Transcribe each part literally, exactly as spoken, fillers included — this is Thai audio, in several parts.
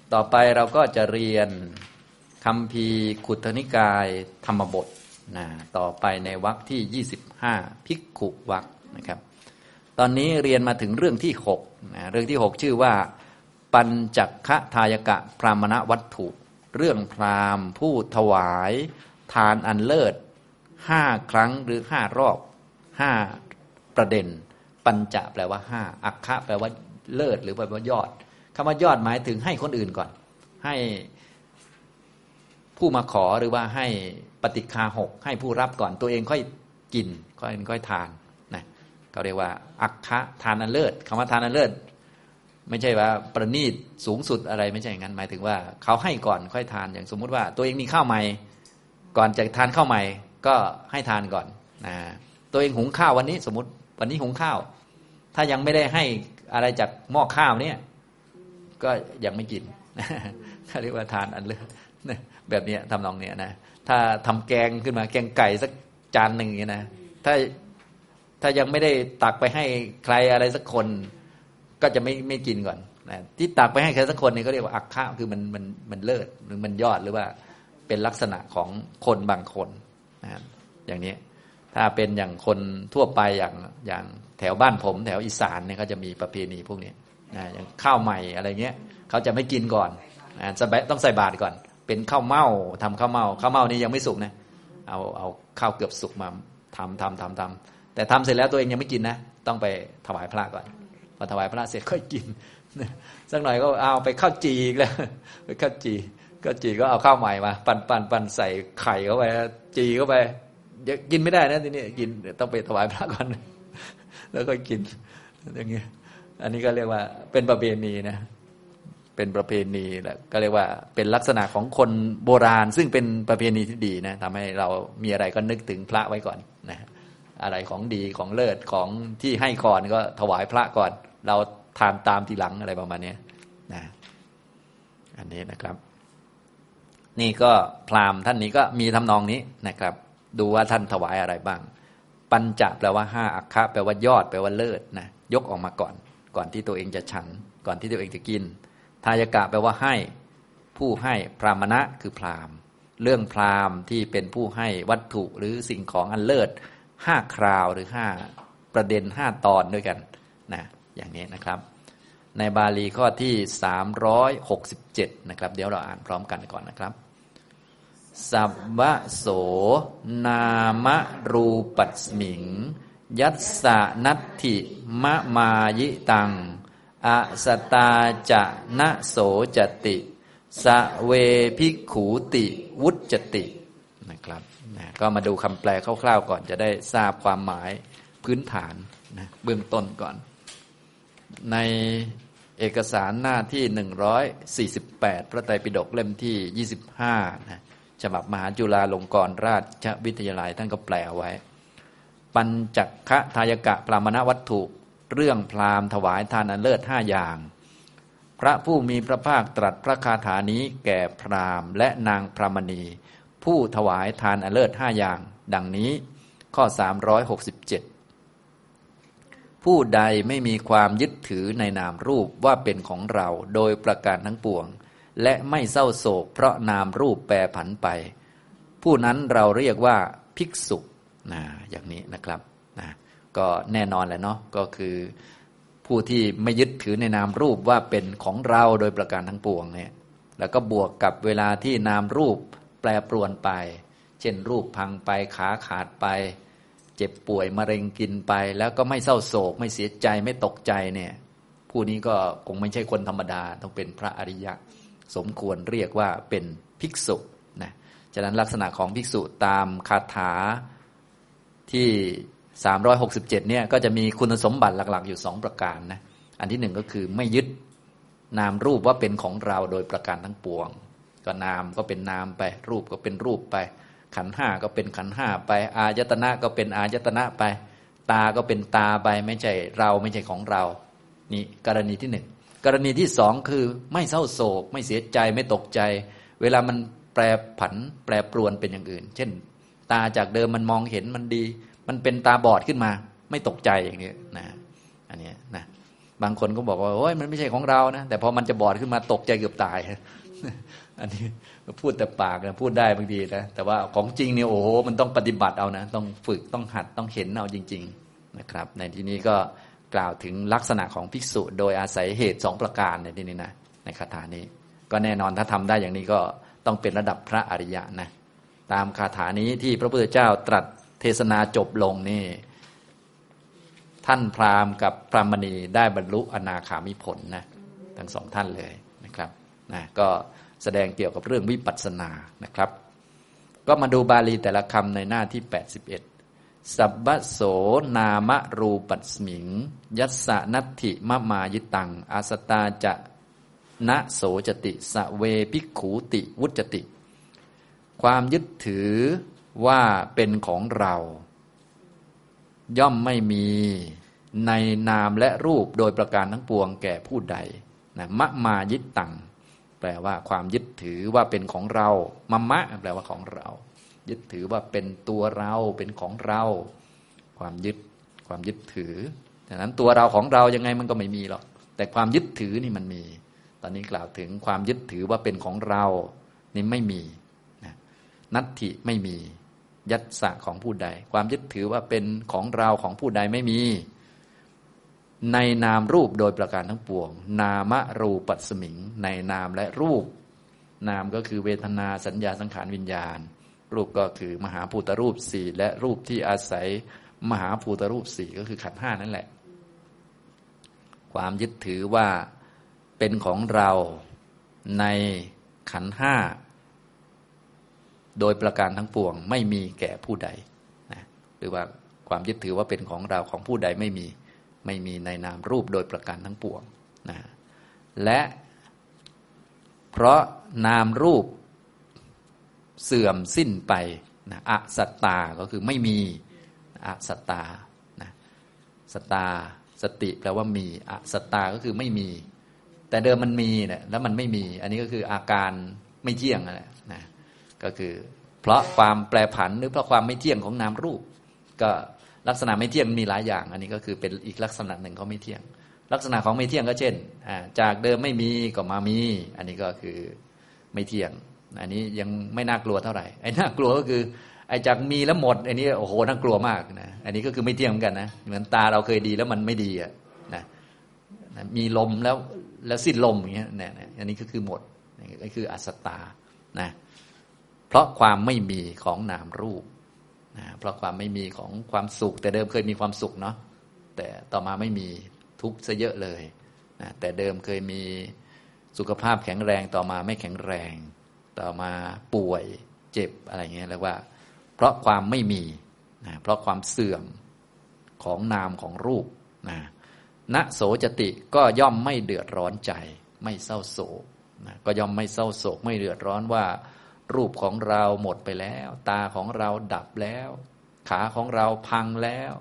ต่อไปเราก็จะเรียนคัมภีร์ขุทนิกายธรรมบทนะต่อไปในวรรคที่ยี่สิบห้าภิกขุวรรคนะครับตอนนี้เรียนมาถึงเรื่องที่หกนะเรื่องที่หกชื่อว่าปัญจคทายกะพรามณวัตถุเรื่องพราหมณ์ผู้ถวายทานอันเลิศห้าครั้งหรือห้ารอบห้าประเด็นปัญจะแปลว่าห้าอัคคะแปลว่าเลิศหรือแปลว่ายอดคำว่ายอดหมายถึงให้คนอื่นก่อนให้ผู้มาขอหรือว่าให้ปฏิฆาหกให้ผู้รับก่อนตัวเองค่อยกินค่อยค่อยทานนะเขาเรียกว่าอัคคะทานอันเลิศคำว่าทานอันเลิศไม่ใช่ว่าประณีตสูงสุดอะไรไม่ใช่อย่างนั้นหมายถึงว่าเขาให้ก่อนค่อยทานอย่างสมมุติว่าตัวเองมีข้าวใหม่ก่อนจะทานข้าวใหม่ก็ให้ทานก่อนนะตัวเองหุงข้าววันนี้สมมติวันนี้หุงข้าวถ้ายังไม่ได้ให้อะไรจากหม้อข้าวเนี่ยก็ยังไม่กินเขาเรียกว่าทานอันเลิศแบบนี้ทำนองเนี้ยนะถ้าทำแกงขึ้นมาแกงไก่สักจานหนึ่งอย่างนี้นะถ้าถ้ายังไม่ได้ตักไปให้ใครอะไรสักคนก็จะไม่ไม่กินก่อนนะที่ตักไปให้ใครสักคนนี่ก็เรียกว่าอักขะคือมันมันมันเลิศหรือมันยอดหรือว่าเป็นลักษณะของคนบางคนนะอย่างนี้ถ้าเป็นอย่างคนทั่วไปอย่างอย่างแถวบ้านผมแถวอีสานเนี่ยเขาจะมีประเพณีพวกนี้นะอย่างข้าวใหม่อะไรเงี้ยเขาจะไม่กินก่อนนะต้องใส่บาตรก่อนเป็นข้าวเม่าทำข้าวเม่าข้าวเม่านี่ยังไม่สุกนะเอาเอาข้าวเกือบสุกมาทำทำทำทำแต่ทำเสร็จแล้วตัวเองยังไม่กินนะต้องไปถวายพระก่อนพอถวายพระเสร็จค่อยกินสักหน่อยก็เอาไปข้าวจีอีกแล้วไปข้าวจีข้าวจีก็เอาข้าวใหม่มาปั่นปั่นปั่นใส่ไข่เข้าไปจีเข้าไปกินไม่ได้นะทีนี้กินต้องไปถวายพระก่อนแล้วก็กินอย่างเงี้ยอันนี้ก็เรียกว่าเป็นประเพณีนะเป็นประเพณีแหละก็เรียกว่าเป็นลักษณะของคนโบราณซึ่งเป็นประเพณีที่ดีนะทำให้เรามีอะไรก็นึกถึงพระไว้ก่อนนะอะไรของดีของเลิศของที่ให้ก่อนก็ถวายพระก่อนเราทานตามทีหลังอะไรประมาณนี้นะอันนี้นะครับนี่ก็พราหมณ์ท่านนี้ก็มีทำนองนี้นะครับดูว่าท่านถวายอะไรบ้างปัญจะแปลว่าห้าอัคคะแปลว่ายอดแปลว่าเลิศนะยกออกมาก่อนก่อนที่ตัวเองจะฉันก่อนที่ตัวเองจะกินทายกะแปลว่าให้ผู้ให้พรามณะคือพราหมณ์เรื่องพราหมณ์ที่เป็นผู้ให้วัตถุหรือสิ่งของอันเลิศห้าคราวหรือห้าประเด็นห้าตอนด้วยกันนะอย่างนี้นะครับในบาลีข้อที่สามร้อยหกสิบเจ็ดนะครับเดี๋ยวเราอ่านพร้อมกันก่อนนะครับสัพวะโสนามรูปัสมิงยัสสะนัตถิมะมายิตังอสตาจะนะโสจติสะเวภิกขุติวุจจตินะครับนะก็มาดูคำแปลคร่าวๆก่อนจะได้ทราบความหมายพื้นฐานนะเบื้องต้นก่อนในเอกสารหน้าที่หนึ่งร้อยสี่สิบแปดพระไตรปิฎกเล่มที่ยี่สิบห้านะฉบับมหาจุฬาลงกรณราชวิทยาลัยท่านก็แปลไว้ปัญจคทายกะพรามณวัตถุเรื่องพราหมณ์ถวายทานอันเลิศห้าอย่างพระผู้มีพระภาคตรัสพระคาถานี้แก่พราหมณ์และนางพรามณีผู้ถวายทานอันเลิศห้าอย่างดังนี้ข้อสามร้อยหกสิบเจ็ดผู้ใดไม่มีความยึดถือในนามรูปว่าเป็นของเราโดยประการทั้งปวงและไม่เศร้าโศกเพราะนามรูปแปรผันไปผู้นั้นเราเรียกว่าภิกษุนะอย่างนี้นะครับนะก็แน่นอนแหละเนาะก็คือผู้ที่ไม่ยึดถือในนามรูปว่าเป็นของเราโดยประการทั้งปวงเนี่ยแล้วก็บวกกับเวลาที่นามรูปแปรปรวนไปเช่นรูปพังไปขาขาดไปเจ็บป่วยมะเร็งกินไปแล้วก็ไม่เศร้าโศกไม่เสียใจไม่ตกใจเนี่ยผู้นี้ก็คงไม่ใช่คนธรรมดาต้องเป็นพระอริยะสมควรเรียกว่าเป็นภิกษุนะฉะนั้นลักษณะของภิกษุตามคาถาที่สามร้อยหกสิบเจ็ดเนี่ยก็จะมีคุณสมบัติหลักๆอยู่สองประการนะอันที่หนึ่งก็คือไม่ยึดนามรูปว่าเป็นของเราโดยประการทั้งปวงก็นามก็เป็นนามไปรูปก็เป็นรูปไปขันธ์ห้าก็เป็นขันธ์ห้าไปอายตนะก็เป็นอายตนะไปตาก็เป็นตาไปไม่ใช่เราไม่ใช่ของเรานี่กรณีที่หนึ่งกรณีที่สองคือไม่เศร้าโศกไม่เสียใจไม่ตกใจเวลามันแปรผันแปรปรวนเป็นอย่างอื่นเช่นตาจากเดิมมันมองเห็นมันดีมันเป็นตาบอดขึ้นมาไม่ตกใจอย่างนี้นะอันนี้นะบางคนก็บอกว่าโอ้ยมันไม่ใช่ของเรานะแต่พอมันจะบอดขึ้นมาตกใจเกือบตายอันนี้พูดแต่ปากนะพูดได้บางทีนะแต่ว่าของจริงเนี่ยโอ้โหมันต้องปฏิบัติเอานะต้องฝึกต้องหัดต้องเห็นเอาจริงๆนะครับในที่นี้ก็กล่าวถึงลักษณะของภิกษุโดยอาศัยเหตุสองประการในที่นี้นะในคาถานี้ก็แน่นอนถ้าทำได้อย่างนี้ก็ต้องเป็นระดับพระอริยะนะตามคาถานี้ที่พระพุทธเจ้าตรัสเทศนาจบลงนี่ท่านพราหมณ์กับพรามณีได้บรรลุอนาคามิผลนะทั้งสองท่านเลยนะครับนะก็แสดงเกี่ยวกับเรื่องวิปัสสนานะครับก็มาดูบาลีแต่ละคำในหน้าที่แปดสิบเอ็ดสัพพโสนามรูปัสมิงยัสสะนัตถิมะมายิตังอาสตาจะนะโสจติสเวภิกขุติวุจติความยึดถือว่าเป็นของเราย่อมไม่มีในนามและรูปโดยประการทั้งปวงแก่ผู้ใดนะมะมายิตังแปลว่าความยึดถือว่าเป็นของเรามะมะแปลว่าของเรายึดถือว่าเป็นตัวเราเป็นของเราความยึดความยึดถือดังนั้นตัวเราของเรายังไงมันก็ไม่มีหรอกแต่ความยึดถือนี่มันมีตอนนี้กล่าวถึงความยึดถือว่าเป็นของเรานี่ไม่มีนะนัตถิไม่มียัสสะของผู้ใดความยึดถือว่าเป็นของเราของผู้ใดไม่มีในนามรูปโดยประการทั้งปวงนามรูปัสมิงในนามและรูปนามก็คือเวทนาสัญญาสังขารวิญญาณรูปก็คือมหาภูตรูปสี่และรูปที่อาศัยมหาภูตรูปสี่ก็คือขันธ์ห้านั่นแหละความยึดถือว่าเป็นของเราในขันธ์ห้าโดยประการทั้งปวงไม่มีแก่ผู้ใดนะหรือว่าความยึดถือว่าเป็นของเราของผู้ใดไม่มีไม่มีในนามรูปโดยประการทั้งปวงนะและเพราะนามรูปเสื่อมสิ้นไปนะอสัตตาก็คือไม่มีอสัตตานะสัตตาสติแปลว่ามีอสัตตาก็คือไม่มีแต่เดิมมันมีเนี่ยแล้วมันไม่มีอันนี้ก็คืออาการไม่เที่ยงนั่นแหละนะก็คือเพราะความแปรผันหรือเพราะความไม่เที่ยงของนามรูปก็ลักษณะไม่เที่ยงมีหลายอย่างอันนี้ก็คือเป็นอีกลักษณะหนึ่งเขาไม่เที่ยงลักษณะของไม่เที่ยงก็เช่นจากเดิมไม่มีก็มามีอันนี้ก็คือไม่เที่ยงอันนี้ยังไม่น่ากลัวเท่าไหร่ไอ้น่ากลัวก็คือไอ้จากมีแล้วหมดอันนี้โอ้โหน่ากลัวมากนะอันนี้ก็คือไม่เที่ยงเหมือนกันนะเหมือนตาเราเคยดีแล้วมันไม่ดีอ่ะนะมีลมแล้วแล้วสิ้นลมอย่างเงี้ยเนี่ยอันนี้ก็คือหมดนี่คืออสัตตานะเพราะความไม่มีของนามรูปนะเพราะความไม่มีของความสุขแต่เดิมเคยมีความสุขเนาะแต่ต่อมาไม่มีทุกข์ซะเยอะเลยนะแต่เดิมเคยมีสุขภาพแข็งแรงต่อมาไม่แข็งแรงต่อมาป่วยเจ็บอะไรเงี้ยเรียกว่าเพราะความไม่มีนะเพราะความเสื่อมของนามของรูปนะณโสจติก็ย่อมไม่เดือดร้อนใจไม่เศร้าโศกนะก็ย่อมไม่เศร้าโศกไม่เดือดร้อนว่ารูปของเราหมดไปแล้วตาของเราดับแล้วขาของเราพังแล้ว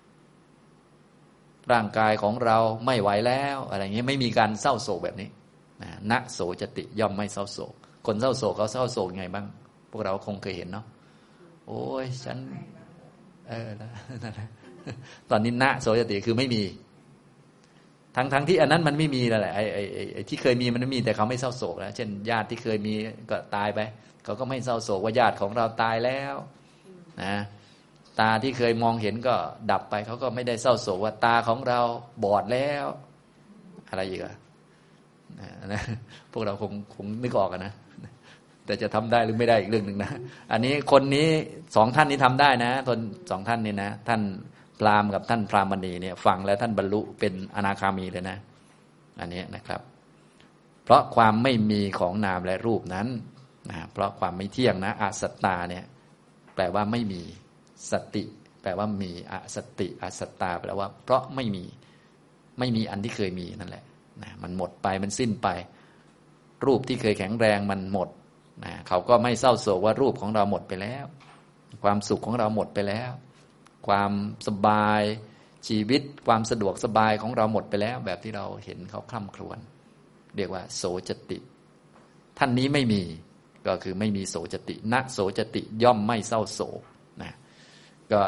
ร่างกายของเราไม่ไหวแล้วอะไรเงี้ยไม่มีการเศร้าโศกแบบนี้นะณโสจติย่อมไม่เศร้าโศกคนเศร้าโศกเขาเศร้าโศกยังไงบ้างพวกเราคงเคยเห็นเนาะโอ้ยฉันเออตอนนี้ณโสจติคือไม่มีทั้งทั้งที่อันนั้นมันไม่มีแล้วแหละไอ้ไอ้ไอ้ที่เคยมีมันไม่มีแต่เขาไม่เศร้าโศกแล้วเช่นญาติที่เคยมีก็ตายไปเขาก็ไม่เศร้าโศกว่าญาติของเราตายแล้วนะตาที่เคยมองเห็นก็ดับไปเขาก็ไม่ได้เศร้าโศกว่าตาของเราบอดแล้วอะไรอีกอะนะพวกเราคงคงนึกออกกันนะแต่จะทำได้หรือไม่ได้อีกเรื่องหนึ่งนะอันนี้คนนี้สองท่านนี้ทำได้นะทนสองท่านนี้นะท่านพราหมณ์กับท่านพรามณีเนี่ยฟังแล้วท่านบรรลุเป็นอนาคามีเลยนะอันนี้นะครับเพราะความไม่มีของนามและรูปนั้นนะเพราะความไม่เที่ยงนะอสัตตาเนี่ยแปลว่าไม่มีสติแปลว่ามีอสติอสัตตาแปลว่าเพราะไม่มีไม่มีอันที่เคยมีนั่นแหละนะมันหมดไปมันสิ้นไปรูปที่เคยแข็งแรงมันหมดนะเขาก็ไม่เศร้าโศกว่ารูปของเราหมดไปแล้วความสุขของเราหมดไปแล้วความสบายชีวิตความสะดวกสบายของเราหมดไปแล้วแบบที่เราเห็นเขาคร่ำครวญเรียกว่าโสจติท่านนี้ไม่มีก็คือไม่มีโสจติณโสจติย่อมไม่เศร้าโศกนะก็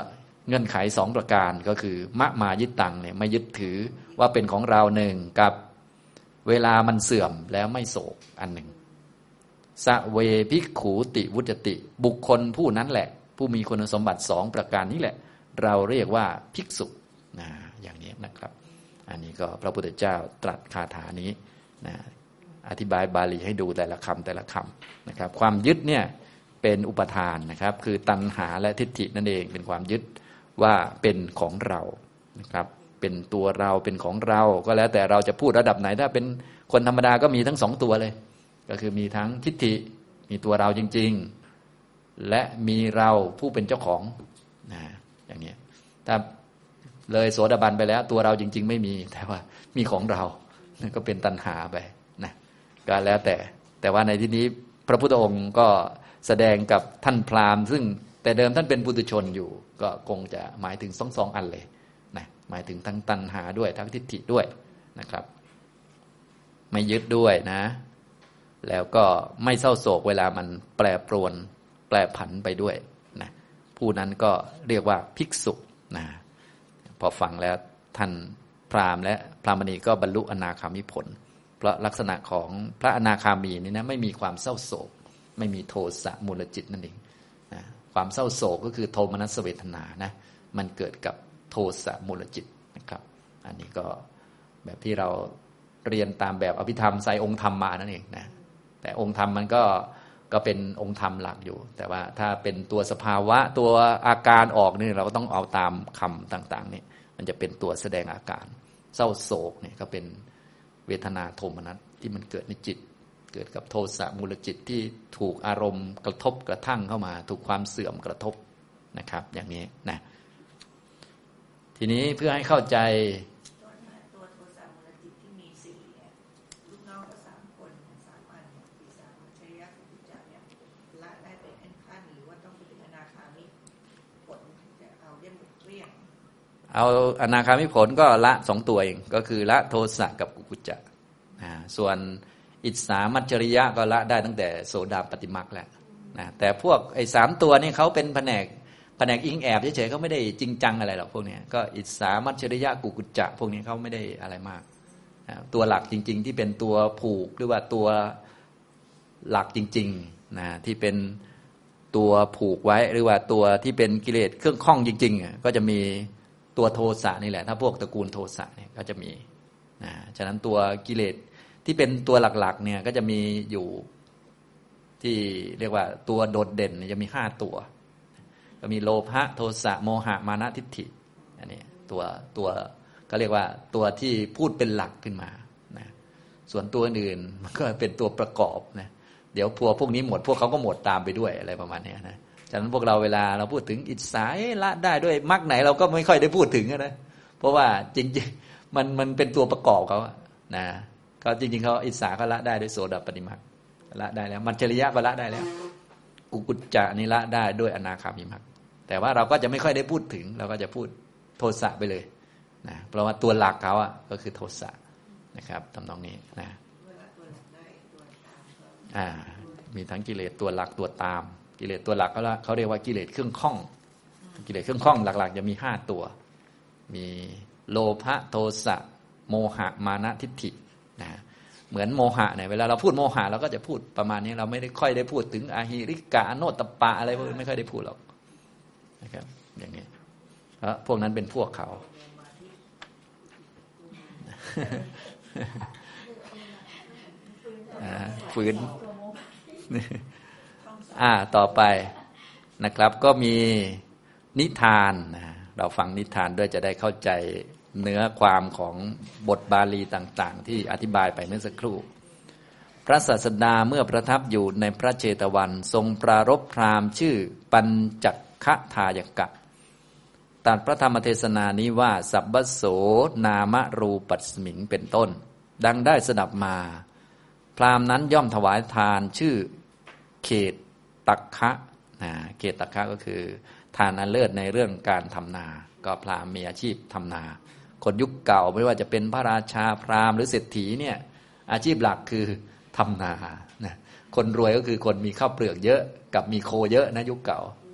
เงื่อนไขสองประการก็คือมะมายิตังเนี่ยไม่ยึดถือว่าเป็นของเราหนึ่งกับเวลามันเสื่อมแล้วไม่โศกอันหนึ่งสเวภิกขูติวุจติบุคคลผู้นั้นแหละผู้มีคุณสมบัติสองประการนี้แหละเราเรียกว่าภิกษุนะอย่างนี้นะครับอันนี้ก็พระพุทธเจ้าตรัสคาถานี้นะอธิบายบาลีให้ดูแต่ละคำแต่ละคำนะครับความยึดเนี่ยเป็นอุปทานนะครับคือตัณหาและทิฏฐินั่นเองเป็นความยึดว่าเป็นของเรานะครับเป็นตัวเราเป็นของเราก็แล้วแต่เราจะพูดระดับไหนถ้าเป็นคนธรรมดาก็มีทั้งสองตัวเลยก็คือมีทั้งทิฏฐิมีตัวเราจริงๆและมีเราผู้เป็นเจ้าของนะอย่างนี้ถ้าเลยโสดาบันไปแล้วตัวเราจริงๆไม่มีแต่ว่ามีของเรานั่นก็เป็นตัณหาไปนะก็แล้วแต่แต่ว่าในที่นี้พระพุทธองค์ก็แสดงกับท่านพราหมณ์ซึ่งแต่เดิมท่านเป็นปุถุชนอยู่ก็คงจะหมายถึงสองสองอันเลยนะหมายถึงทั้งตัณหาด้วยทั้งทิฏฐิด้วยนะครับไม่ยึดด้วยนะแล้วก็ไม่เศร้าโศกเวลามันแปรปรวนแปรผันไปด้วยนะผู้นั้นก็เรียกว่าภิกษุนะพอฟังแล้วท่านพราหมณ์และพรามณีก็บรรลุอนาคามิผลเพราะลักษณะของพระอนาคามีนี่นะไม่มีความเศร้าโศกไม่มีโทสะมูลจิตนั่นเองนะความเศร้าโศกก็คือโทมนัสเวทนานะมันเกิดกับโทสะมูลจิตนะครับอันนี้ก็แบบที่เราเรียนตามแบบอภิธรรมใส่องค์ธรรมมานั่นเองนะแต่องค์ธรรมมันก็ก็เป็นองค์ธรรมหลักอยู่แต่ว่าถ้าเป็นตัวสภาวะตัวอาการออกนี่เราก็ต้องเอาตามคำต่างๆนี่มันจะเป็นตัวแสดงอาการเศร้าโศกนี่ก็เป็นเวทนาโทมนัสที่มันเกิดในจิตเกิดกับโทสะมูลจิตที่ถูกอารมณ์กระทบกระทั่งเข้ามาถูกความเสื่อมกระทบนะครับอย่างนี้นะทีนี้เพื่อให้เข้าใจตัวโทสะมูลจิตที่มีสี่เนี่ยลูกน้องก็สามคนสามอันเนี่ยปีศาจมัจฉริยะกุกุจจะเนี่ยละได้เป็นขั้นขั้นหรือว่าต้องไปถึงอนาคามิผลจะเอาเรียบเรียงเอาอนาคามิผลก็ละสองตัวเองก็คือละโทสะกับกุกุจจะนะส่วนอิสามัจฉริยะก็ละได้ตั้งแต่โสดาปฏิมรรคแล้วนะแต่พวกไอ้สามตัวนี่เขาเป็นแผนกแผนกอิงแอบเฉยๆเขาไม่ได้จริงจังอะไรหรอกพวกนี้ก็อิสามัจฉริยะกุกุจจะพวกนี้เขาไม่ได้อะไรมากนะตัวหลักจริงๆที่เป็นตัวผูกหรือว่าตัวหลักจริงๆนะที่เป็นตัวผูกไว้หรือว่าตัวที่เป็นกิเลสเครื่องข้องจริงๆก็จะมีตัวโทสะนี่แหละถ้าพวกตระกูลโทสะเนี่ยก็จะมีนะฉะนั้นตัวกิเลสที่เป็นตัวหลักๆเนี่ยก็จะมีอยู่ที่เรียกว่าตัวโดดเด่นจะมีห้าตัวก็มีโลภะโทสะโมหะมานะทิฏฐิอันนี้ตัวตัวก็เรียกว่าตัวที่พูดเป็นหลักขึ้นมานะส่วนตัวอื่นมันก็เป็นตัวประกอบนะเดี๋ยวพวกพวกนี้หมดพวกเขาก็หมดตามไปด้วยอะไรประมาณนี้นะฉะนั้นพวกเราเวลาเราพูดถึงอิจฉาละได้ด้วยมรรคไหนเราก็ไม่ค่อยได้พูดถึงนะเพราะว่าจริงๆมันมันเป็นตัวประกอบเขานะก็จริงๆเขาอิสาก็ละได้ด้วยโสดาปฏิมรรคละได้แล้วมัจฉริยะก็ละได้แล้วกุกุจจะนี่ละได้ด้วยอนาคามิมรรคแต่ว่าเราก็จะไม่ค่อยได้พูดถึงเราก็จะพูดโทสะไปเลยนะเพราะว่าตัวหลักเขาอ่ะก็คือโทสะนะครับทำนองนี้นะอ่ามีทั้งกิเลสตัวหลักตัวตามกิเลสตัวหลักเขาเขาเรียกว่ากิเลสเครื่องข้องกิเลสเครื่องข้องหลักๆจะมีห้าตัวมีโลภะโทสะโมหะมานะทิฏฐินะเหมือนโมหะเนี่ยเวลาเราพูดโมหะเราก็จะพูดประมาณนี้เราไม่ได้ค่อยได้พูดถึงอาหิริกะอโนตตปะอะไรพวกนี้ไม่ค่อยได้พูดหรอกนะครับอย่างนี้เพราะพวกนั้นเป็นพวกเขาฝืนอ่าต่อไปนะครับก็มีนิทานนะเราฟังนิทานด้วยจะได้เข้าใจเนื้อความของบทบาลีต่างๆที่อธิบายไปเมื่อสักครู่พระศาสดาเมื่อประทับอยู่ในพระเชตวันทรงปรารภพราหมณ์ชื่อปัญจคทายกะตรัสพระธรรมเทศนานี้ว่าสัพพโสนามรูปัสมิงเป็นต้นดังได้สดับมาพราหมณ์นั้นย่อมถวายทานชื่อเขตตักขะนะเขตตักขะก็คือทานอันเลิศในเรื่องการทำนาก็พราหมณ์มีอาชีพทำนาคนยุคเก่าไม่ว่าจะเป็นพระราชาพราหมณ์หรือเศรษฐีเนี่ยอาชีพหลักคือทำนานะคนรวยก็คือคนมีข้าวเปลือกเยอะกับมีโคเยอะนะยุคเก่า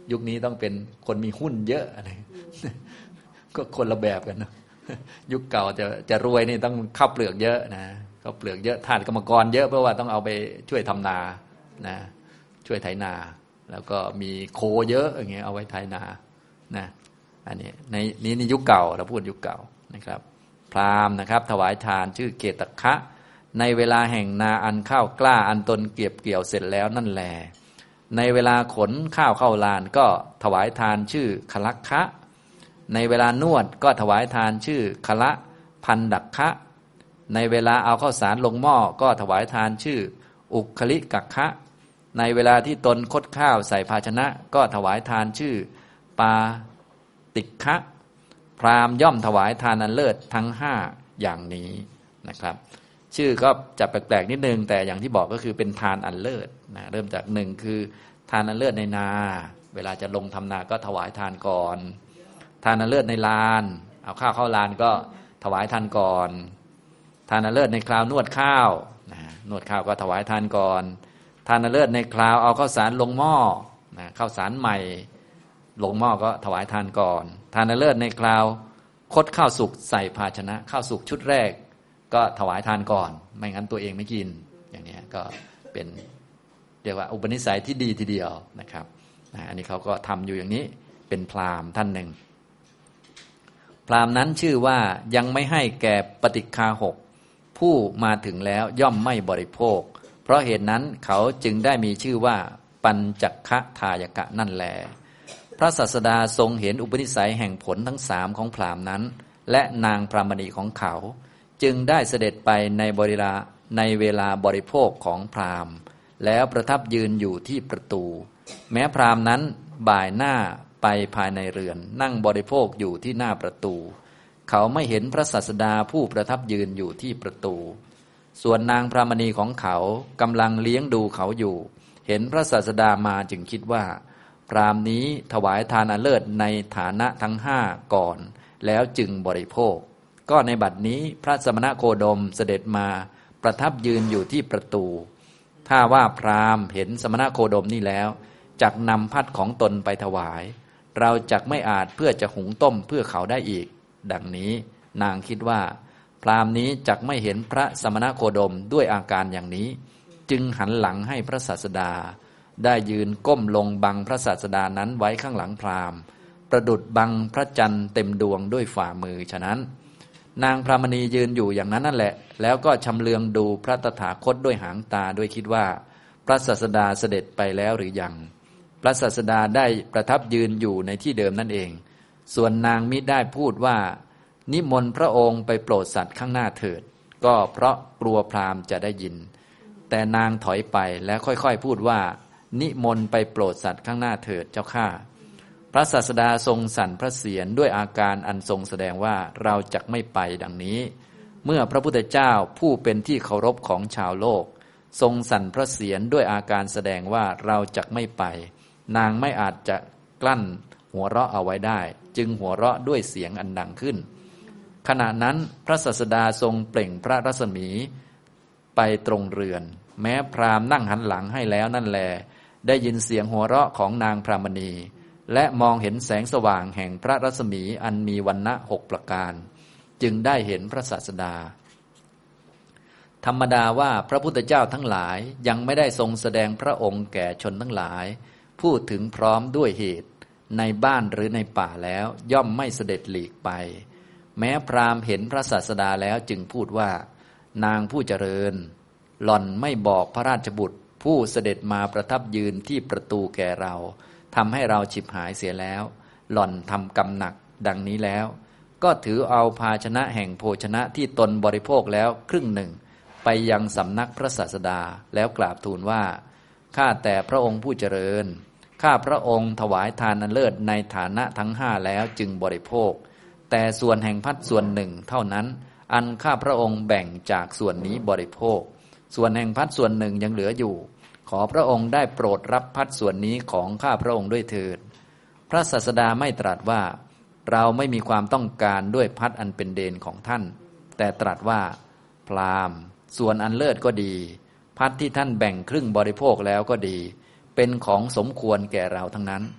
ยุคนี้ต้องเป็นคนมีหุ้นเยอะอะไรก็คนละแบบกันนะยุคเก่าจะจะรวยนี่ต้องข้าวเปลือกเยอะนะข้าวเปลือกเยอะทาสกรรมกรเยอะเพราะว่าต้องเอาไปช่วยทำนานะช่วยไถนาแล้วก็มีโคเยอะอย่างเงี้ยเอาไว้ไถนานะอันนี้ในนี้นี่ยุคเก่าเราพูดยุคเก่านะครับพราหมณ์นะครับถวายทานชื่อเกตคะในเวลาแห่งนาอันข้าวกล้าอันตนเก็บเกี่ยวเสร็จแล้วนั่นแลในเวลาขนข้าวเข้าลานก็ถวายทานชื่อคลักคะในเวลานวดก็ถวายทานชื่อคละพันดักคะในเวลาเอาข้าวสารลงหม้อก็ถวายทานชื่ออุคลิกักคะในเวลาที่ตนคดข้าวใส่ภาชนะก็ถวายทานชื่อปาติกคะพราหมณ์ย่อมถวายทานอันเลิศทั้งห้าอย่างนี้นะครับชื่อก็จะแปลกๆนิดนึงแต่อย่างที่บอกก็คือเป็นทานอันเลิศนะเริ่มจากหนึ่งคือทานอันเลิศในนาเวลาจะลงทำนาก็ถวายทานก่อนทานอันเลิศในลานเอาข้าวเข้าลานก็ถวายทานก่อนทานอันเลิศในคราวนวดข้าวนะนวดข้าวก็ถวายทานก่อนทานอันเลิศในคราวเอาข้าวสารลงหม้อนะข้าวสารใหม่ลงหม้อก็ถวายทานก่อนทานอันเลิศในคราวคดข้าวสุกใส่ภาชนะข้าวสุกชุดแรกก็ถวายทานก่อนไม่งั้นตัวเองไม่กินอย่างนี้ก็เป็นเรียกว่าอุปนิสัยที่ดีทีเดียวนะครับนะอันนี้เขาก็ทำอยู่อย่างนี้เป็นพราหมณ์ท่านหนึ่งพราหมณ์นั้นชื่อว่ายังไม่ให้แก่ปฏิฆาหกผู้มาถึงแล้วย่อมไม่บริโภคเพราะเหตุนั้นเขาจึงได้มีชื่อว่าปัญจคทายกะนั่นแลพระศาสดาทรงเห็นอุปนิสัยแห่งผลทั้งสามของพราหมณ์นั้นและนางพรามณีของเขาจึงได้เสด็จไปในบริลาในเวลาบริโภคของพราหมณ์แล้วประทับยืนอยู่ที่ประตูแม้พราหมณ์นั้นบ่ายหน้าไปภายในเรือนนั่งบริโภคอยู่ที่หน้าประตูเขาไม่เห็นพระศาสดาผู้ประทับยืนอยู่ที่ประตูส่วนนางพรามณีของเขากำลังเลี้ยงดูเขาอยู่เห็นพระศาสดามาจึงคิดว่าพราหมณ์นี้ถวายทานอันเลิศในฐานะทั้งห้าก่อนแล้วจึงบริโภคก็ในบัดนี้พระสมณโคดมเสด็จมาประทับยืนอยู่ที่ประตูถ้าว่าพราหมณ์เห็นสมณโคดมนี่แล้วจักนำพัดของตนไปถวายเราจักไม่อาจเพื่อจะหุงต้มเพื่อเขาได้อีกดังนี้นางคิดว่าพราหมณ์นี้จักไม่เห็นพระสมณโคดมด้วยอาการอย่างนี้จึงหันหลังให้พระศาสดาได้ยืนก้มลงบังพระศาสดานั้นไว้ข้างหลังพราหมณ์ประดุจบังพระจันทร์เต็มดวงด้วยฝ่ามือฉะนั้นนางพรามณียืนอยู่อย่างนั้นนั่นแหละแล้วก็ชำเลืองดูพระตถาคตด้วยหางตาด้วยคิดว่าพระศาสดาเสด็จไปแล้วหรือยังพระศาสดาได้ประทับยืนอยู่ในที่เดิมนั่นเองส่วนนางมิได้พูดว่านิมนต์พระองค์ไปโปรดสัตว์ข้างหน้าเถิดก็เพราะกลัวพราหมณ์จะได้ยินแต่นางถอยไปแล้วค่อยๆพูดว่านิมนต์ไปโปรดสัตว์ข้างหน้าเถิดเจ้าข้าพระศาสดาทรงสั่นพระเศียรด้วยอาการอันทรงแสดงว่าเราจักไม่ไปดังนี้เมื่อพระพุทธเจ้าผู้เป็นที่เคารพของชาวโลกทรงสั่นพระเศียรด้วยอาการแสดงว่าเราจักไม่ไปนางไม่อาจจะกลั้นหัวเราะเอาไว้ได้จึงหัวเราะด้วยเสียงอันดังขึ้นขณะนั้นพระศาสดาทรงเปล่งพระรัศมีไปตรงเรือนแม้พราหมณ์นั่งหันหลังให้แล้วนั่นแลได้ยินเสียงหัวเราะของนางพรามณีและมองเห็นแสงสว่างแห่งพระรัศมีอันมีวรรณะหกประการจึงได้เห็นพระศาสดาธรรมดาว่าพระพุทธเจ้าทั้งหลายยังไม่ได้ทรงแสดงพระองค์แก่ชนทั้งหลายพูดถึงพร้อมด้วยเหตุในบ้านหรือในป่าแล้วย่อมไม่เสด็จหลีกไปแม้พราหมณ์เห็นพระศาสดาแล้วจึงพูดว่านางผู้เจริญหล่อนไม่บอกพระราชบุตรผู้เสด็จมาประทับยืนที่ประตูแก่เราทำให้เราฉิบหายเสียแล้วหล่อนทำกรรมหนักดังนี้แล้วก็ถือเอาภาชนะแห่งโภชนะที่ตนบริโภคแล้วครึ่งหนึ่งไปยังสำนักพระศาสดาแล้วกราบทูลว่าข้าแต่พระองค์ผู้เจริญข้าพระองค์ถวายทานอันเลิศในฐานะทั้งห้าแล้วจึงบริโภคแต่ส่วนแห่งพัดส่วนหนึ่งเท่านั้นอันข้าพระองค์แบ่งจากส่วนนี้บริโภคส่วนแห่งพัดส่วนหนึ่งยังเหลืออยู่ขอพระองค์ได้โปรดรับพัดส่วนนี้ของข้าพระองค์ด้วยเถิดพระศาสดาไม่ตรัสว่าเราไม่มีความต้องการด้วยพัดอันเป็นเดชของท่านแต่ตรัสว่าพราหมณ์ส่วนอันเลิศก็ดีพัดที่ท่านแบ่งครึ่งบริโภคแล้วก็ดีเป็นของสมควรแก่เราทั้งนั้น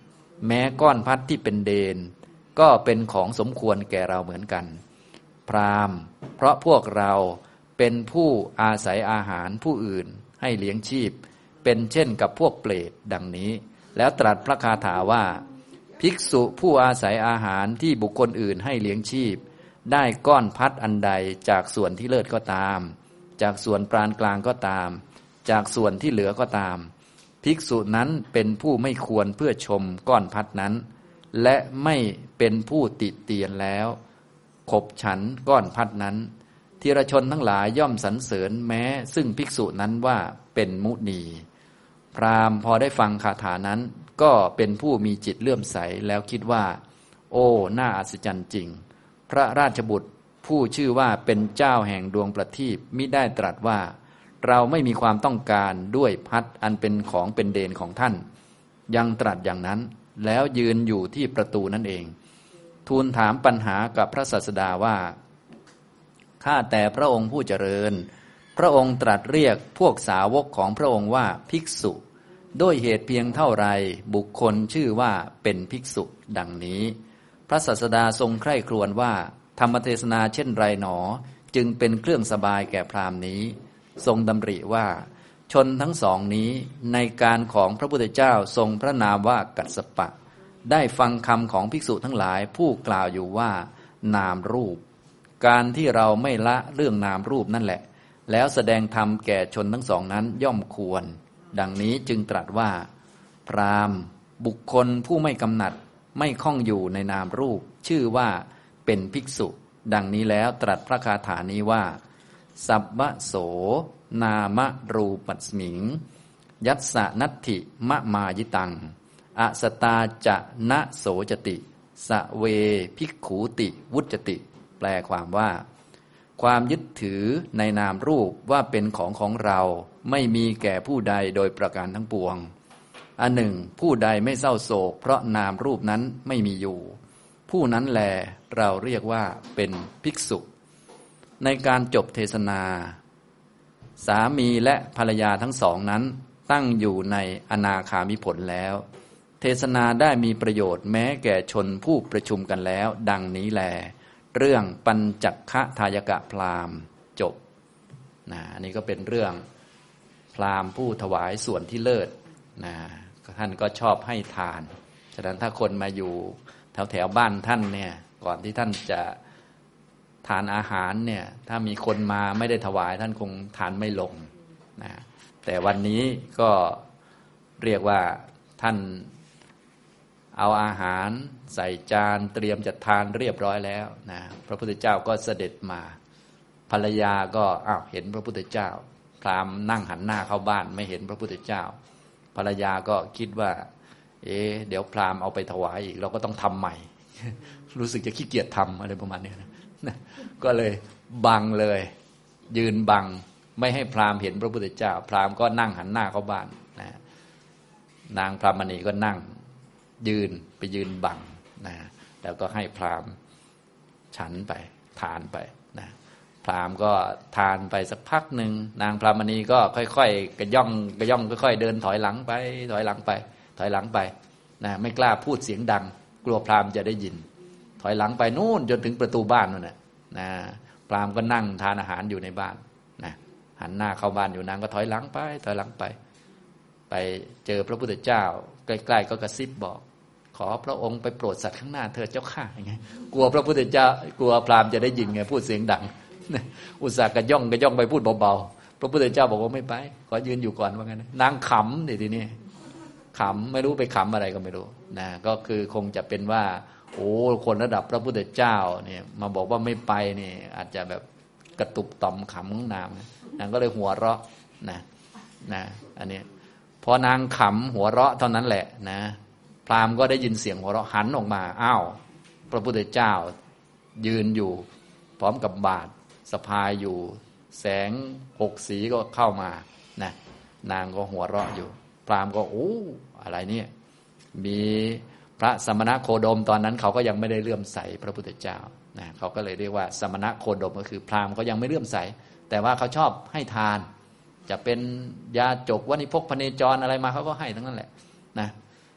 แม้ก้อนพัดที่เป็นเดนก็เป็นของสมควรแก่เราเหมือนกันพราหมณ์เพราะพวกเราเป็นผู้อาศัยอาหารผู้อื่นให้เลี้ยงชีพเป็นเช่นกับพวกเปรตดังนี้แล้วตรัสพระคาถาว่าภิกษุผู้อาศัยอาหารที่บุคคลอื่นให้เลี้ยงชีพได้ก้อนพัดอันใดจากส่วนที่เลิศก็ตามจากส่วนปานกลางก็ตามจากส่วนที่เหลือก็ตามภิกษุนั้นเป็นผู้ไม่ควรเพื่อชมก้อนพัดนั้นและไม่เป็นผู้ติเตียนแล้วขบฉันก้อนพัดนั้นธีรชนทั้งหลายย่อมสรรเสริญแม้ซึ่งภิกษุนั้นว่าเป็นมุนีพราหมณ์พอได้ฟังคาถานั้นก็เป็นผู้มีจิตเลื่อมใสแล้วคิดว่าโอ้น่าอัศจรรย์จริงพระราชบุตรผู้ชื่อว่าเป็นเจ้าแห่งดวงประทีปมิได้ตรัสว่าเราไม่มีความต้องการด้วยพัดอันเป็นของเป็นเดนของท่านยังตรัสอย่างนั้นแล้วยืนอยู่ที่ประตูนั่นเองทูลถามปัญหากับพระศาสดาว่าข้าแต่พระองค์ผู้เจริญพระองค์ตรัสเรียกพวกสาวกของพระองค์ว่าภิกษุด้วยเหตุเพียงเท่าไรบุคคลชื่อว่าเป็นภิกษุดังนี้พระศาสดาทรงใคร่ครวญว่าธรรมเทศนาเช่นไรหนอจึงเป็นเครื่องสบายแก่พราหมณ์นี้ทรงดำริว่าชนทั้งสองนี้ในการของพระพุทธเจ้าทรงพระนามว่ากัสสปะได้ฟังคำของภิกษุทั้งหลายผู้กล่าวอยู่ว่านามรูปการที่เราไม่ละเรื่องนามรูปนั่นแหละแล้วแสดงธรรมแก่ชนทั้งสองนั้นย่อมควรดังนี้จึงตรัสว่าพราหมณ์บุคคลผู้ไม่กำหนัดไม่คล้องอยู่ในนามรูปชื่อว่าเป็นภิกษุดังนี้แล้วตรัสพระคาถานี้ว่าสัพพโสนามรูปัสมิงยัสสะนัตถิมะมายิตังอสตาจะนะโสจติสะเวภิกขูติวุจติแปลความว่าความยึดถือในนามรูปว่าเป็นของของเราไม่มีแก่ผู้ใดโดยประการทั้งปวงอันหนึ่งผู้ใดไม่เศร้าโศกเพราะนามรูปนั้นไม่มีอยู่ผู้นั้นแลเราเรียกว่าเป็นภิกษุในการจบเทศนาสามีและภรรยาทั้งสองนั้นตั้งอยู่ในอนาคามิผลแล้วเทศนาได้มีประโยชน์แม้แก่ชนผู้ประชุมกันแล้วดังนี้แลเรื่องปัญจคทายกะพราหมณ์จบนะอันนี้ก็เป็นเรื่องพราหมณ์ผู้ถวายส่วนที่เลิศนะท่านก็ชอบให้ทานฉะนั้นถ้าคนมาอยู่แถวแถวบ้านท่านเนี่ยก่อนที่ท่านจะทานอาหารเนี่ยถ้ามีคนมาไม่ได้ถวายท่านคงทานไม่ลงนะแต่วันนี้ก็เรียกว่าท่านเอาอาหารใส่จานเตรียมจะทานเรียบร้อยแล้วนะพระพุทธเจ้าก็เสด็จมาภรรยาก็อ้าวเห็นพระพุทธเจ้าพราหมณ์นั่งหันหน้าเข้าบ้านไม่เห็นพระพุทธเจ้าภรรยาก็คิดว่าเอ๊ะเดี๋ยวพราหมณ์เอาไปถวายอีกเราก็ต้องทำใหม่ รู้สึกจะขี้เกียจทำอะไรประมาณนี้นะก็เลยบังเลยยืนบังไม่ให้พราหมณ์เห็นพระพุทธเจ้าพราหมณ์ก็นั่งหันหน้าเข้าบ้านนะนางพรามณีก็นั่งยืนไปยืนบังนะแล้วก็ให้พราหมณ์ฉันไปทานไปนะพราหมณ์ก็ทานไปสักพักหนึ่งนางพรามณีก็ค่อยๆกระย่องกระย่องค่อยๆเดินถอยหลังไปถอยหลังไปถอยหลังไปนะไม่กล้าพูดเสียงดังกลัวพราหมณ์จะได้ยินถอยหลังไปนู่นจนถึงประตูบ้านนู่นน่ะนะพราหมณ์ก็นั่งทานอาหารอยู่ในบ้านนะหันหน้าเข้าบ้านอยู่นางก็ถอยหลังไปถอยหลังไปไปเจอพระพุทธเจ้าใกล้ๆก็กระซิบบอกขอพระองค์ไปโปรดสัตว์ข้างหน้าเถิดเจ้าข้าอย่างเงี้ยกลัวพระพุทธเจ้ากลัวพราหมณ์จะได้ยินไงพูดเสียงดังอุตส่าห์กระย่องกระย่องไปพูดเบาๆพระพุทธเจ้าบอกว่าไม่ไปขอยืนอยู่ก่อนว่างั้นนางขำดิทีนี้ขำไม่รู้ไปขำอะไรก็ไม่รู้นะก็คือคงจะเป็นว่าโอ้คนระดับพระพุทธเจ้าเนี่ยมาบอกว่าไม่ไปนี่อาจจะแบบกระตุกต่อมขำของนางนางก็เลยหัวเราะนะนะอันนี้พอนางขำหัวเราะเท่านั้นแหละนะพราหมณ์ก็ได้ยินเสียงหัวเราะหันออกมาอ้าวพระพุทธเจ้ายืนอยู่พร้อมกับบาตรสะพายอยู่แสงหกสีก็เข้ามานะนางก็หัวเราะอยู่พราหมณ์ก็โอ้อะไรเนี่ยมีพระสมณโคดมตอนนั้นเขาก็ยังไม่ได้เลื่อมใสพระพุทธเจ้านะเขาก็เลยเรียกว่าสมณโคดมก็คือพราหมณ์เขายังไม่เลื่อมใสแต่ว่าเขาชอบให้ทานจะเป็นยาจกวณิพกพเนจรอะไรมาเขาก็ให้ทั้งนั้นแหละนะ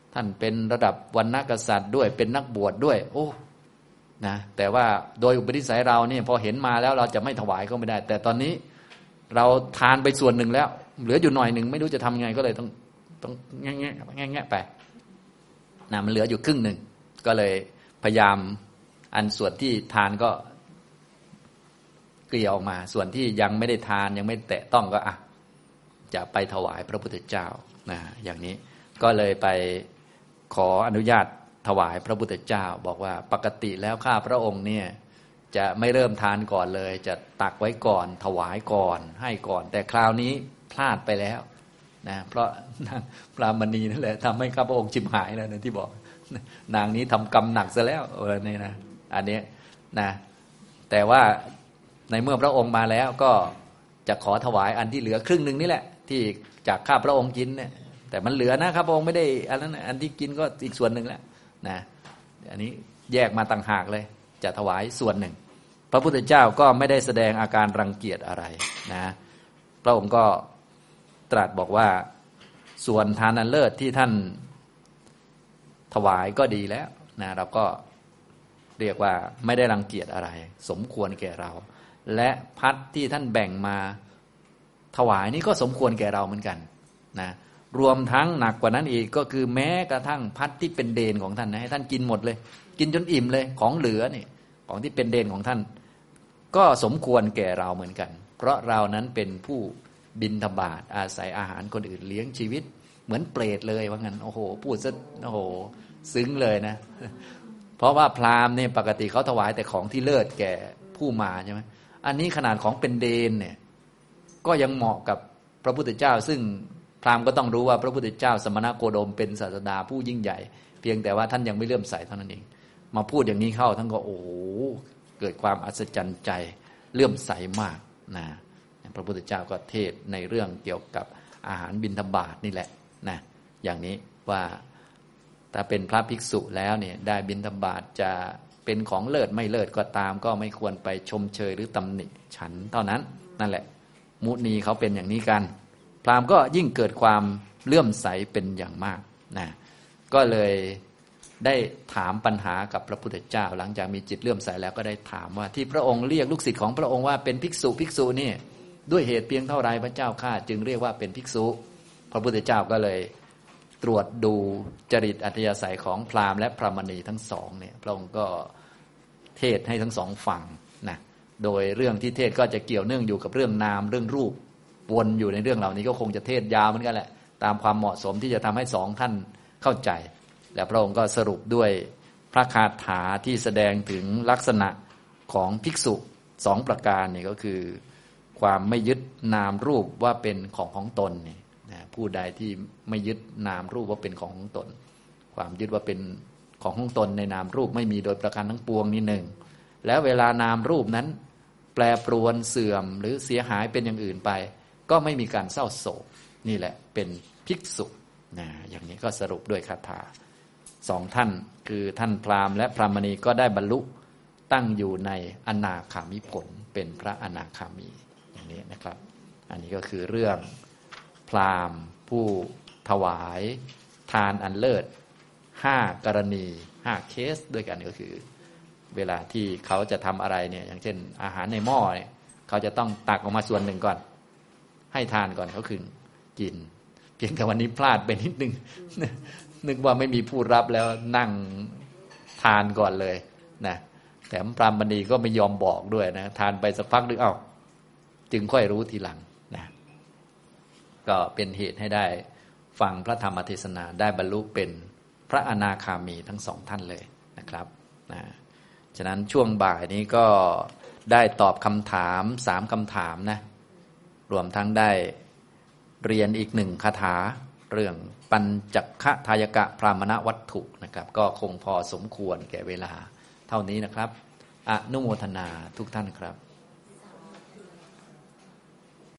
ท่านเป็นระดับวรรณกษัตริย์ด้วยเป็นนักบวชดด้วยโอ้นะแต่ว่าโดยอุปนิสัยเราเนี่ยพอเห็นมาแล้วเราจะไม่ถวายก็ไม่ได้แต่ตอนนี้เราทานไปส่วนหนึ่งแล้วเหลืออยู่หน่อยหนึ่งไม่รู้จะทำไงก็เลยต้องต้องแง่แง่แง่แง่ไปนะมันเหลืออยู่ครึ่งหนึ่งก็เลยพยายามอันส่วนที่ทานก็เกลี่ยออกมาส่วนที่ยังไม่ได้ทานยังไม่แตะต้องก็อ่ะจะไปถวายพระพุทธเจ้านะอย่างนี้ก็เลยไปขออนุญาตถวายพระพุทธเจ้าบอกว่าปกติแล้วข้าพระองค์เนี่ยจะไม่เริ่มทานก่อนเลยจะตักไว้ก่อนถวายก่อนให้ก่อนแต่คราวนี้พลาดไปแล้วนะเพราะนางพรามณีนั่นแหละทำให้ข้าพระองค์ชิบหายแล้วนะที่บอกนางนี้ทำกรรมหนักซะแล้วเออนี่นะอันนี้นะแต่ว่าในเมื่อพระองค์มาแล้วก็จะขอถวายอันที่เหลือครึ่งหนึ่งนี่แหละที่จากข้าพระองค์กินเนี่ยแต่มันเหลือนะข้าพระองค์ไม่ได้อันนั้นอันที่กินก็อีกส่วนหนึ่งแล้วนะอันนี้แยกมาต่างหากเลยจะถวายส่วนหนึ่งพระพุทธเจ้าก็ไม่ได้แสดงอาการรังเกียจอะไรนะพระองค์ก็ตรัสบอกว่าส่วนทานอันเลิศที่ท่านถวายก็ดีแล้วนะเราก็เรียกว่าไม่ได้รังเกียจอะไรสมควรแก่เราและพัดที่ท่านแบ่งมาถวายนี่ก็สมควรแก่เราเหมือนกันนะรวมทั้งหนักกว่านั้นอีกก็คือแม้กระทั่งพัดที่เป็นเดนของท่านนะให้ท่านกินหมดเลยกินจนอิ่มเลยของเหลือนี่ของที่เป็นเดนของท่านก็สมควรแก่เราเหมือนกันเพราะเรานั้นเป็นผู้บิณฑบาตอาศัยอาหารคนอื่นเลี้ยงชีวิตเหมือนเปรตเลยว่างั้นโอ้โหพูดซะโอ้โหซึ้งเลยนะเพราะว่าพราหมณ์เนี่ยปกติเขาถวายแต่ของที่เลิศแก่ผู้มาใช่ไหมอันนี้ขนาดของเป็นเดนเนี่ยก็ยังเหมาะกับพระพุทธเจ้าซึ่งพราหมณ์ก็ต้องรู้ว่าพระพุทธเจ้าสมณโคดมเป็นศาสดาผู้ยิ่งใหญ่เพียงแต่ว่าท่านยังไม่เลื่อมใสเท่านั้นเองมาพูดอย่างนี้เข้าท่านก็โอ้โหเกิดความอัศจรรย์ใจเลื่อมใสมากนะพระพุทธเจ้าก็เทศในเรื่องเกี่ยวกับอาหารบิณฑบาตนี่แหละนะอย่างนี้ว่าถ้าเป็นพระภิกษุแล้วเนี่ยได้บิณฑบาตจะเป็นของเลิศไม่เลิศก็ตามก็ไม่ควรไปชมเชยหรือตำหนิฉันเท่านั้นนั่นแหละมุนีเขาเป็นอย่างนี้กันพราหมณ์ก็ยิ่งเกิดความเลื่อมใสเป็นอย่างมากนะก็เลยได้ถามปัญหากับพระพุทธเจ้าหลังจากมีจิตเลื่อมใสแล้วก็ได้ถามว่าที่พระองค์เรียกลูกศิษย์ของพระองค์ว่าเป็นภิกษุภิกษุนี่ด้วยเหตุเพียงเท่าไรพระเจ้าข้าจึงเรียกว่าเป็นภิกษุพระพุทธเจ้าก็เลยตรวจดูจริตอัธยาศัยของพราหมณ์และพรามณีทั้งสองเนี่ยพระองค์ก็เทศให้ทั้งสองฟังนะโดยเรื่องที่เทศก็จะเกี่ยวเนื่องอยู่กับเรื่องนามเรื่องรูปวนอยู่ในเรื่องเหล่านี้ก็คงจะเทศยาวเหมือนกันแหละตามความเหมาะสมที่จะทำให้สองท่านเข้าใจและพระองค์ก็สรุปด้วยพระคาถาที่แสดงถึงลักษณะของภิกษุสองประการนี่ก็คือความไม่ยึดนามรูปว่าเป็นของของตนนี่นะผู้ใดที่ไม่ยึดนามรูปว่าเป็นของของตนความยึดว่าเป็นของของตนในนามรูปไม่มีโดยประการทั้งปวงนี่หนึ่งแล้วเวลานามรูปนั้นแปรปรวนเสื่อมหรือเสียหายเป็นอย่างอื่นไปก็ไม่มีการเศร้าโศกนี่แหละเป็นภิกษุนะอย่างนี้ก็สรุปด้วยคาถาสองท่านคือท่านพราหมณ์และพรามณีก็ได้บรรลุตั้งอยู่ในอนาคามิผลเป็นพระอนาคามีอย่างนี้นะครับอันนี้ก็คือเรื่องพราหมณ์ผู้ถวายทานอันเลิศห้ากรณีห้าเคสด้วยกันก็คือเวลาที่เขาจะทำอะไรเนี่ยอย่างเช่นอาหารในหม้อเนี่ยเขาจะต้องตักออกมาส่วนหนึ่งก่อนให้ทานก่อนเขาคืนกินเพียงแต่วันนี้พลาดไปนิดนึงนึกว่าไม่มีผู้รับแล้วนั่งทานก่อนเลยนะแต่พรามณีก็ไม่ยอมบอกด้วยนะทานไปสักพักนึงเอ้าจึงค่อยรู้ทีหลังนะก็เป็นเหตุให้ได้ฟังพระธรรมเทศนาได้บรรลุเป็นพระอนาคามีทั้งสองท่านเลยนะครับนะฉะนั้นช่วงบ่ายนี้ก็ได้ตอบคำถามสามคำถามนะรวมทั้งได้เรียนอีกหนึ่งคาถาเรื่องปัญจคทายกะพรามณวัตถุนะครับก็คงพอสมควรแก่เวลาเท่านี้นะครับอนุโมทนาทุกท่านครับ